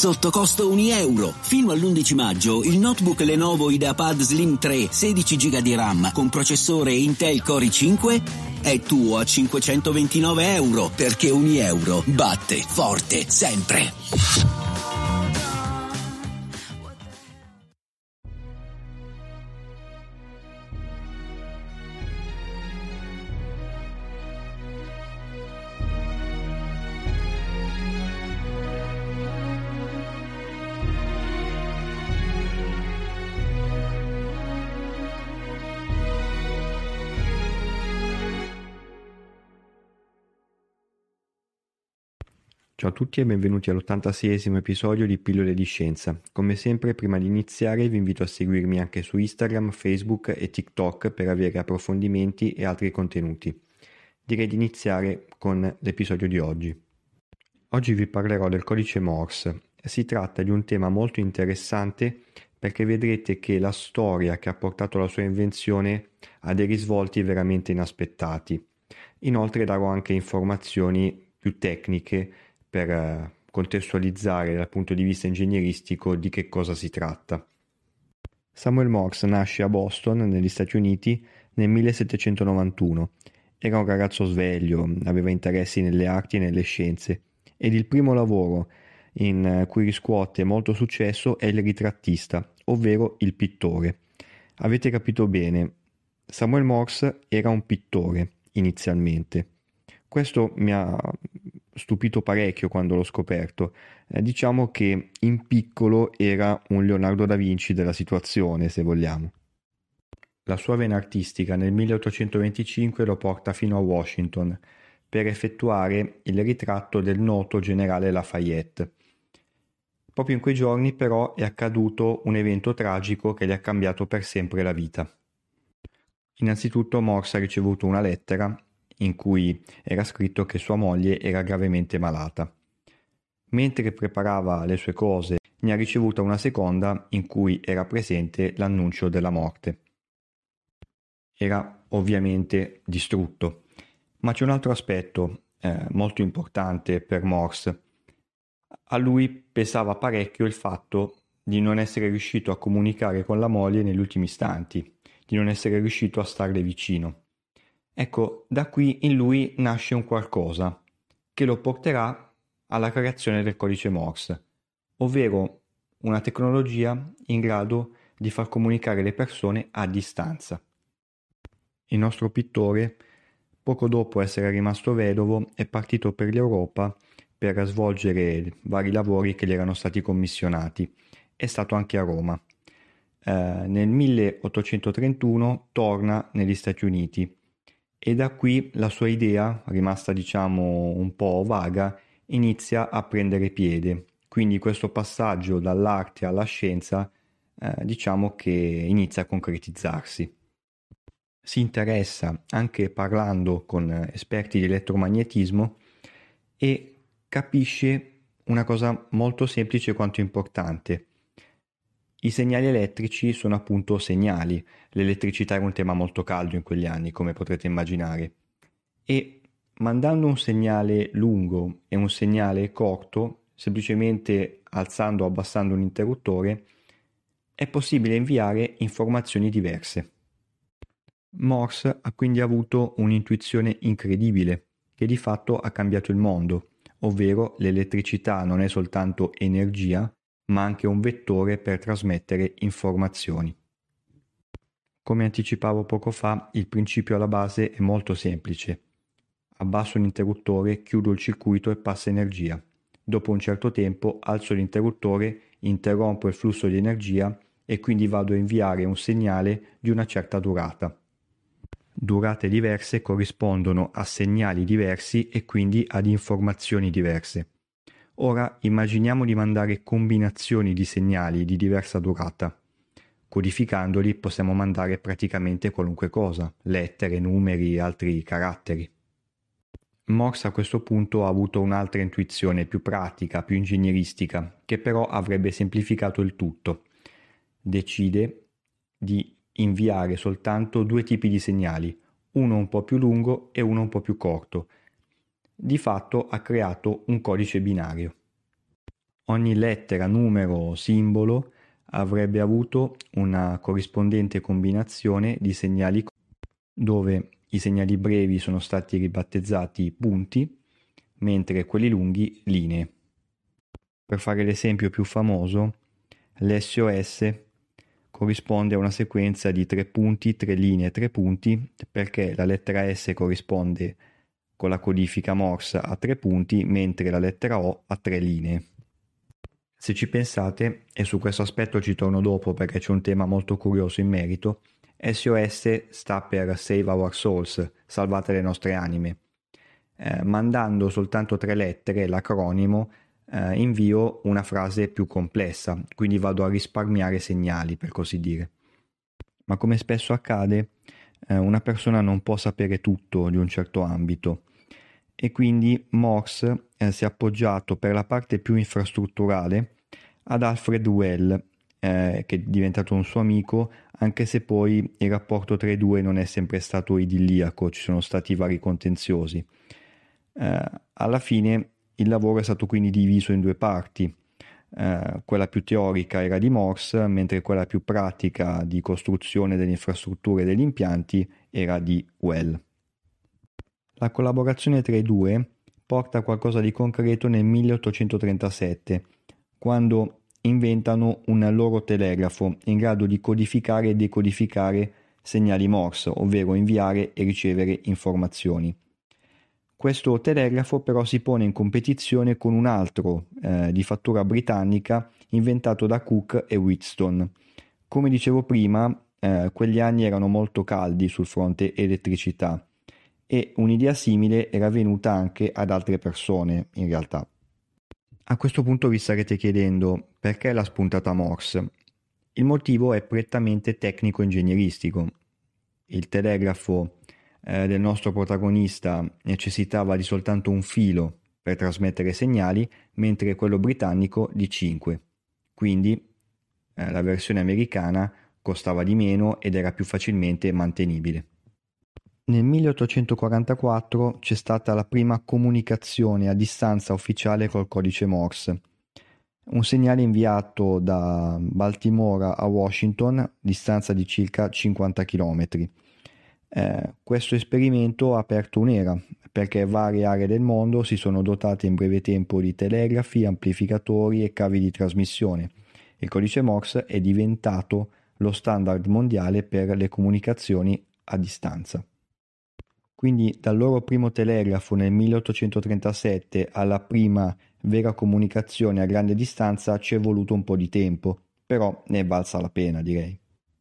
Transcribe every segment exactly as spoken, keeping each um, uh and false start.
sotto costo un euro. Fino all'undici maggio il notebook Lenovo IdeaPad Slim tre sedici giga di RAM con processore Intel Core i cinque è tuo a cinquecentoventinove euro, perché un euro batte forte sempre. Ciao a tutti e benvenuti all'ottantaseiesimo episodio di Pillole di Scienza. Come sempre, prima di iniziare vi invito a seguirmi anche su Instagram, Facebook e TikTok per avere approfondimenti e altri contenuti. Direi di iniziare con l'episodio di oggi. Oggi vi parlerò del codice Morse. Si tratta di un tema molto interessante perché vedrete che la storia che ha portato alla sua invenzione ha dei risvolti veramente inaspettati. Inoltre darò anche informazioni più tecniche per contestualizzare dal punto di vista ingegneristico di che cosa si tratta. Samuel Morse nasce a Boston, negli Stati Uniti, nel millesettecentonovantuno. Era un ragazzo sveglio, aveva interessi nelle arti e nelle scienze, ed il primo lavoro in cui riscuote molto successo è il ritrattista, ovvero il pittore. Avete capito bene, Samuel Morse era un pittore inizialmente. Questo mi ha stupito parecchio quando l'ho scoperto. Eh, diciamo che in piccolo era un Leonardo da Vinci della situazione, se vogliamo. La sua vena artistica nel milleottocentoventicinque lo porta fino a Washington per effettuare il ritratto del noto generale Lafayette. Proprio in quei giorni però è accaduto un evento tragico che gli ha cambiato per sempre la vita. Innanzitutto Morse ha ricevuto una lettera in cui era scritto che sua moglie era gravemente malata. Mentre preparava le sue cose, ne ha ricevuta una seconda in cui era presente l'annuncio della morte. Era ovviamente distrutto, ma c'è un altro aspetto eh, molto importante per Morse. A lui pesava parecchio il fatto di non essere riuscito a comunicare con la moglie negli ultimi istanti, di non essere riuscito a starle vicino. Ecco, da qui in lui nasce un qualcosa che lo porterà alla creazione del codice Morse, ovvero una tecnologia in grado di far comunicare le persone a distanza. Il nostro pittore, poco dopo essere rimasto vedovo, è partito per l'Europa per svolgere vari lavori che gli erano stati commissionati. È stato anche a Roma. Eh, nel milleottocentotrentuno torna negli Stati Uniti. E da qui la sua idea, rimasta diciamo un po' vaga, inizia a prendere piede. Quindi questo passaggio dall'arte alla scienza eh, diciamo che inizia a concretizzarsi. Si interessa anche parlando con esperti di elettromagnetismo e capisce una cosa molto semplice quanto importante. I segnali elettrici sono appunto segnali. L'elettricità era un tema molto caldo in quegli anni, come potrete immaginare. E mandando un segnale lungo e un segnale corto, semplicemente alzando o abbassando un interruttore, è possibile inviare informazioni diverse. Morse ha quindi avuto un'intuizione incredibile, che di fatto ha cambiato il mondo, ovvero l'elettricità non è soltanto energia, ma anche un vettore per trasmettere informazioni. Come anticipavo poco fa, il principio alla base è molto semplice. Abbasso un interruttore, chiudo il circuito e passa energia. Dopo un certo tempo alzo l'interruttore, interrompo il flusso di energia e quindi vado a inviare un segnale di una certa durata. Durate diverse corrispondono a segnali diversi e quindi ad informazioni diverse. Ora immaginiamo di mandare combinazioni di segnali di diversa durata. Codificandoli possiamo mandare praticamente qualunque cosa, lettere, numeri, altri caratteri. Morse a questo punto ha avuto un'altra intuizione più pratica, più ingegneristica, che però avrebbe semplificato il tutto. Decide di inviare soltanto due tipi di segnali, uno un po' più lungo e uno un po' più corto. Di fatto ha creato un codice binario. Ogni lettera, numero, simbolo avrebbe avuto una corrispondente combinazione di segnali dove i segnali brevi sono stati ribattezzati punti, mentre quelli lunghi linee. Per fare l'esempio più famoso, l'S O S corrisponde a una sequenza di tre punti, tre linee, tre punti, perché la lettera S corrisponde con la codifica Morse a tre punti, mentre la lettera O a tre linee. Se ci pensate, e su questo aspetto ci torno dopo perché c'è un tema molto curioso in merito, S O S sta per Save Our Souls, salvate le nostre anime. Eh, mandando soltanto tre lettere, l'acronimo, eh, invio una frase più complessa, quindi vado a risparmiare segnali, per così dire. Ma come spesso accade, eh, una persona non può sapere tutto di un certo ambito e quindi Morse eh, si è appoggiato per la parte più infrastrutturale ad Alfred Well, eh, che è diventato un suo amico, anche se poi il rapporto tra i due non è sempre stato idilliaco, ci sono stati vari contenziosi. Eh, alla fine il lavoro è stato quindi diviso in due parti. Uh, quella più teorica era di Morse, mentre quella più pratica di costruzione delle infrastrutture e degli impianti era di Well. La collaborazione tra i due porta a qualcosa di concreto nel milleottocentotrentasette, quando inventano un loro telegrafo in grado di codificare e decodificare segnali Morse, ovvero inviare e ricevere informazioni. Questo telegrafo però si pone in competizione con un altro eh, di fattura britannica inventato da Cook e Wheatstone. Come dicevo prima, eh, quegli anni erano molto caldi sul fronte elettricità e un'idea simile era venuta anche ad altre persone in realtà. A questo punto vi starete chiedendo perché l'ha spuntata Morse. Il motivo è prettamente tecnico-ingegneristico. Il telegrafo eh, del nostro protagonista necessitava di soltanto un filo per trasmettere segnali, mentre quello britannico di cinque. Quindi eh, la versione americana costava di meno ed era più facilmente mantenibile. Nel milleottocentoquarantaquattro c'è stata la prima comunicazione a distanza ufficiale col codice Morse. Un segnale inviato da Baltimora a Washington, distanza di circa cinquanta chilometri. Eh, questo esperimento ha aperto un'era, perché varie aree del mondo si sono dotate in breve tempo di telegrafi, amplificatori e cavi di trasmissione. Il codice Morse è diventato lo standard mondiale per le comunicazioni a distanza. Quindi dal loro primo telegrafo nel milleottocentotrentasette alla prima vera comunicazione a grande distanza ci è voluto un po' di tempo, però ne è valsa la pena, direi.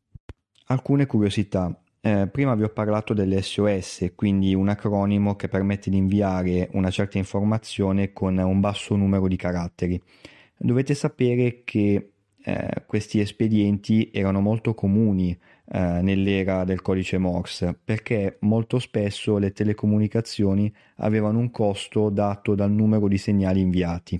Alcune curiosità. Eh, prima vi ho parlato dell'S O S, quindi un acronimo che permette di inviare una certa informazione con un basso numero di caratteri. Dovete sapere che eh, questi espedienti erano molto comuni eh, nell'era del codice Morse, perché molto spesso le telecomunicazioni avevano un costo dato dal numero di segnali inviati.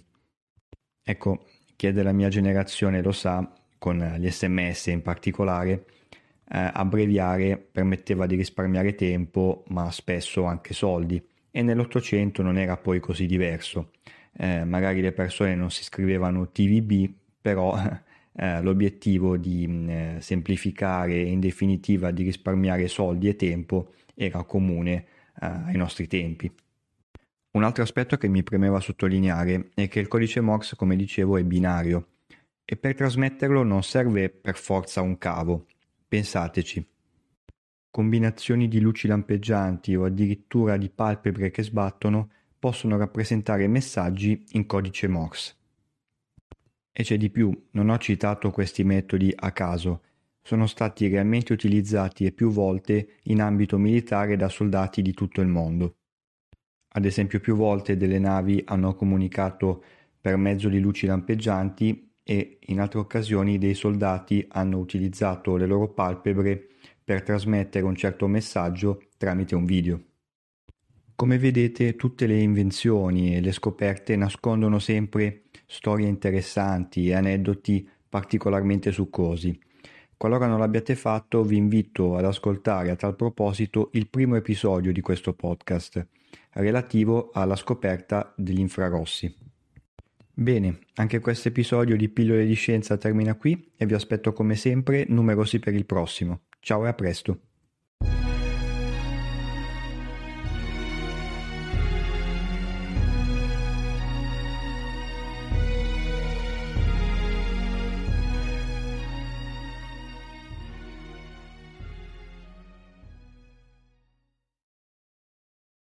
Ecco, chi è della mia generazione lo sa, con gli S M S in particolare, eh, abbreviare permetteva di risparmiare tempo, ma spesso anche soldi, e nell'Ottocento non era poi così diverso. Eh, magari le persone non si scrivevano T V B, però eh, l'obiettivo di eh, semplificare e in definitiva di risparmiare soldi e tempo era comune eh, ai nostri tempi. Un altro aspetto che mi premeva sottolineare è che il codice Morse, come dicevo, è binario e per trasmetterlo non serve per forza un cavo. Pensateci. Combinazioni di luci lampeggianti o addirittura di palpebre che sbattono possono rappresentare messaggi in codice Morse. E c'è di più, non ho citato questi metodi a caso, sono stati realmente utilizzati e più volte in ambito militare da soldati di tutto il mondo. Ad esempio, più volte delle navi hanno comunicato per mezzo di luci lampeggianti e in altre occasioni dei soldati hanno utilizzato le loro palpebre per trasmettere un certo messaggio tramite un video. Come vedete, tutte le invenzioni e le scoperte nascondono sempre storie interessanti e aneddoti particolarmente succosi. Qualora non l'abbiate fatto, vi invito ad ascoltare a tal proposito il primo episodio di questo podcast, relativo alla scoperta degli infrarossi. Bene, anche questo episodio di Pillole di Scienza termina qui e vi aspetto come sempre numerosi per il prossimo. Ciao e a presto!